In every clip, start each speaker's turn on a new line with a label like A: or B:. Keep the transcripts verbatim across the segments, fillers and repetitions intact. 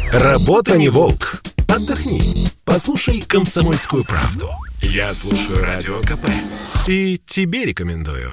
A: Работа не волк. Отдохни. Послушай «Комсомольскую правду». Я слушаю Радио КП. И тебе рекомендую.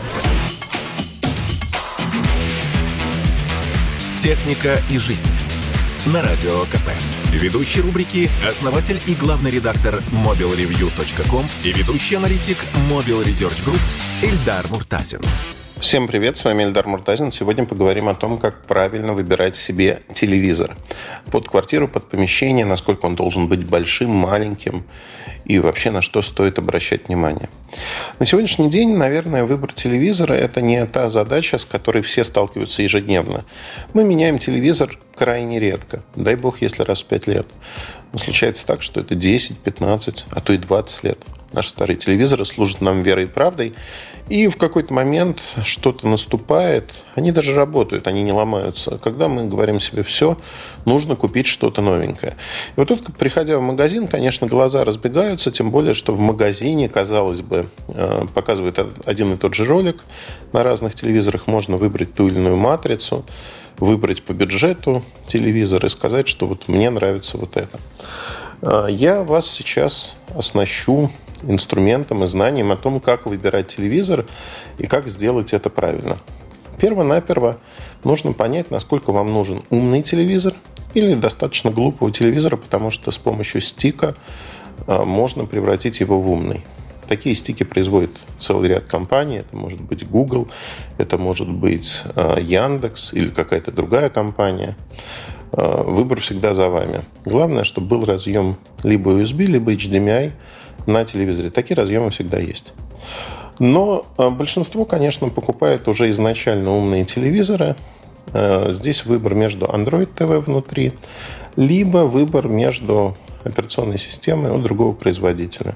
A: «Техника и жизнь» на Радио КП. Ведущий рубрики – основатель и главный редактор мобил ревью точка ком и ведущий аналитик Mobile Research Group Эльдар Муртазин.
B: Всем привет, с вами Эльдар Муртазин. Сегодня поговорим о том, как правильно выбирать себе телевизор. Под квартиру, под помещение, насколько он должен быть большим, маленьким и вообще на что стоит обращать внимание. На сегодняшний день, наверное, выбор телевизора – это не та задача, с которой все сталкиваются ежедневно. Мы меняем телевизор крайне редко, дай бог, если раз в пять лет. Но случается так, что это десять, пятнадцать, а то и двадцать лет. Наши старые телевизоры служат нам верой и правдой. И в какой-то момент что-то наступает, они даже работают, они не ломаются. Когда мы говорим себе «все», нужно купить что-то новенькое. И вот тут, приходя в магазин, конечно, глаза разбегаются, тем более, что в магазине, казалось бы, показывает один и тот же ролик. На разных телевизорах можно выбрать ту или иную матрицу, выбрать по бюджету телевизор и сказать, что вот мне нравится вот это. Я вас сейчас оснащу инструментом и знанием о том, как выбирать телевизор и как сделать это правильно. Перво-наперво нужно понять, насколько вам нужен умный телевизор или достаточно глупого телевизора, потому что с помощью стика можно превратить его в умный. Такие стики производит целый ряд компаний. Это может быть Google, это может быть Яндекс или какая-то другая компания. Выбор всегда за вами. Главное, чтобы был разъем либо ю эс би, либо эйч ди эм ай на телевизоре. Такие разъемы всегда есть. Но большинство, конечно, покупает уже изначально умные телевизоры. Здесь выбор между Android ти ви внутри, либо выбор между операционной системой от другого производителя.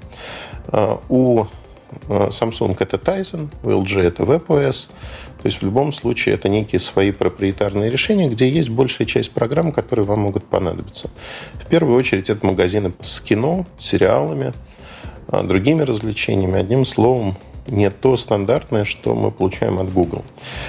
B: У Samsung это Tizen, у эл джи это веб-о эс. То есть в любом случае это некие свои проприетарные решения, где есть большая часть программ, которые вам могут понадобиться. В первую очередь это магазины с кино, сериалами, другими развлечениями. Одним словом, не то стандартное, что мы получаем от Google.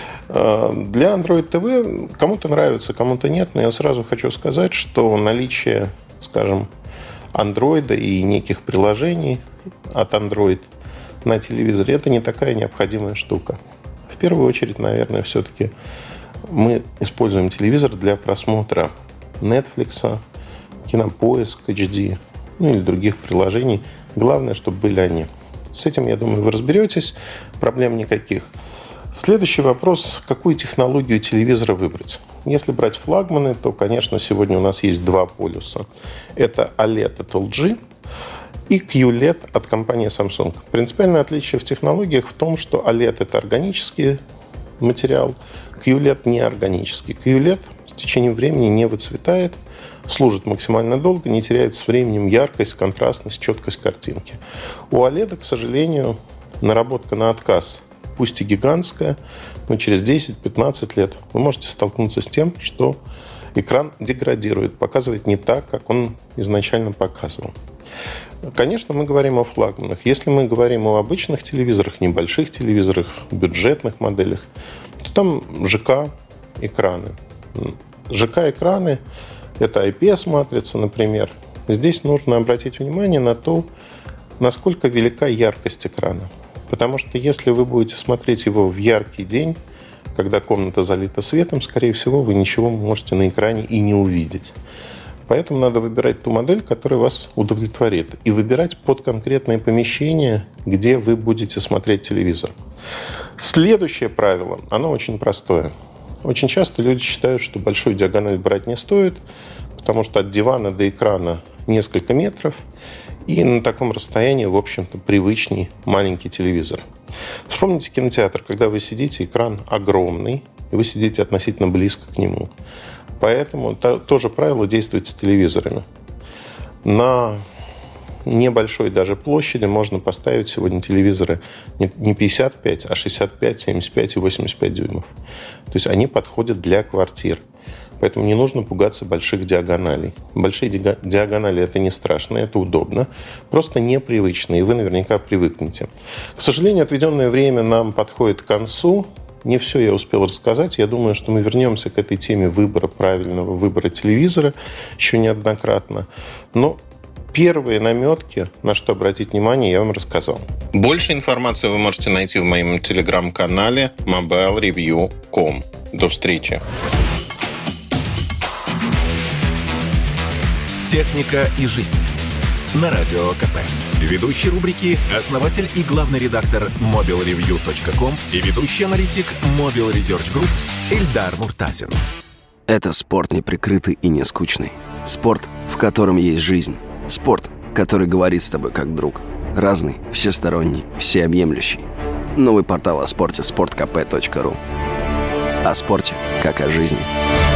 B: Для Android ти ви кому-то нравится, кому-то нет, но я сразу хочу сказать, что наличие, скажем, Android и неких приложений от Android на телевизоре – это не такая необходимая штука. В первую очередь, наверное, все-таки мы используем телевизор для просмотра Netflix, Кинопоиск, эйч ди, ну или других приложений. Главное, чтобы были они. С этим, я думаю, вы разберетесь. Проблем никаких. Следующий вопрос. Какую технологию телевизора выбрать? Если брать флагманы, то, конечно, сегодня у нас есть два полюса. Это о лед от эл джи и кью лед от компании Samsung. Принципиальное отличие в технологиях в том, что о лед – это органический материал, кью лед – неорганический. кью лед в течение времени не выцветает, служит максимально долго, не теряет с временем яркость, контрастность, четкость картинки. У о лед, к сожалению, наработка на отказ, пусть и гигантская, но через десять-пятнадцать лет вы можете столкнуться с тем, что экран деградирует, показывает не так, как он изначально показывал. Конечно, мы говорим о флагманах. Если мы говорим о обычных телевизорах, небольших телевизорах, бюджетных моделях, то там ЖК-экраны. ЖК-экраны – это ай пи эс-матрица, например. Здесь нужно обратить внимание на то, насколько велика яркость экрана. Потому что если вы будете смотреть его в яркий день, когда комната залита светом, скорее всего, вы ничего можете на экране и не увидеть. Поэтому надо выбирать ту модель, которая вас удовлетворит. И выбирать под конкретное помещение, где вы будете смотреть телевизор. Следующее правило, оно очень простое. Очень часто люди считают, что большую диагональ брать не стоит, потому что от дивана до экрана несколько метров, и на таком расстоянии, в общем-то, привычный маленький телевизор. Вспомните кинотеатр, когда вы сидите, экран огромный, и вы сидите относительно близко к нему. Поэтому то, то же правило действует с телевизорами. На небольшой даже площади можно поставить сегодня телевизоры не пятьдесят пять, а шестьдесят пять, семьдесят пять и восемьдесят пять дюймов. То есть они подходят для квартир. Поэтому не нужно пугаться больших диагоналей. Большие диагонали – это не страшно, это удобно, просто непривычно, и вы наверняка привыкнете. К сожалению, отведенное время нам подходит к концу. Не все я успел рассказать. Я думаю, что мы вернемся к этой теме выбора правильного выбора телевизора еще неоднократно. Но первые наметки, на что обратить внимание, я вам рассказал. Больше информации вы можете найти в моем телеграм-канале мобайл ревью точка ком. До встречи.
A: «Техника и жизнь» на Радио КП. Ведущий рубрики – основатель и главный редактор мобайл ревью точка ком и ведущий аналитик Mobile Research Group Эльдар Муртазин.
C: Это спорт неприкрытый и не скучный. Спорт, в котором есть жизнь. Спорт, который говорит с тобой как друг. Разный, всесторонний, всеобъемлющий. Новый портал о спорте – спорт кэ пэ точка ру. О спорте, как о жизни.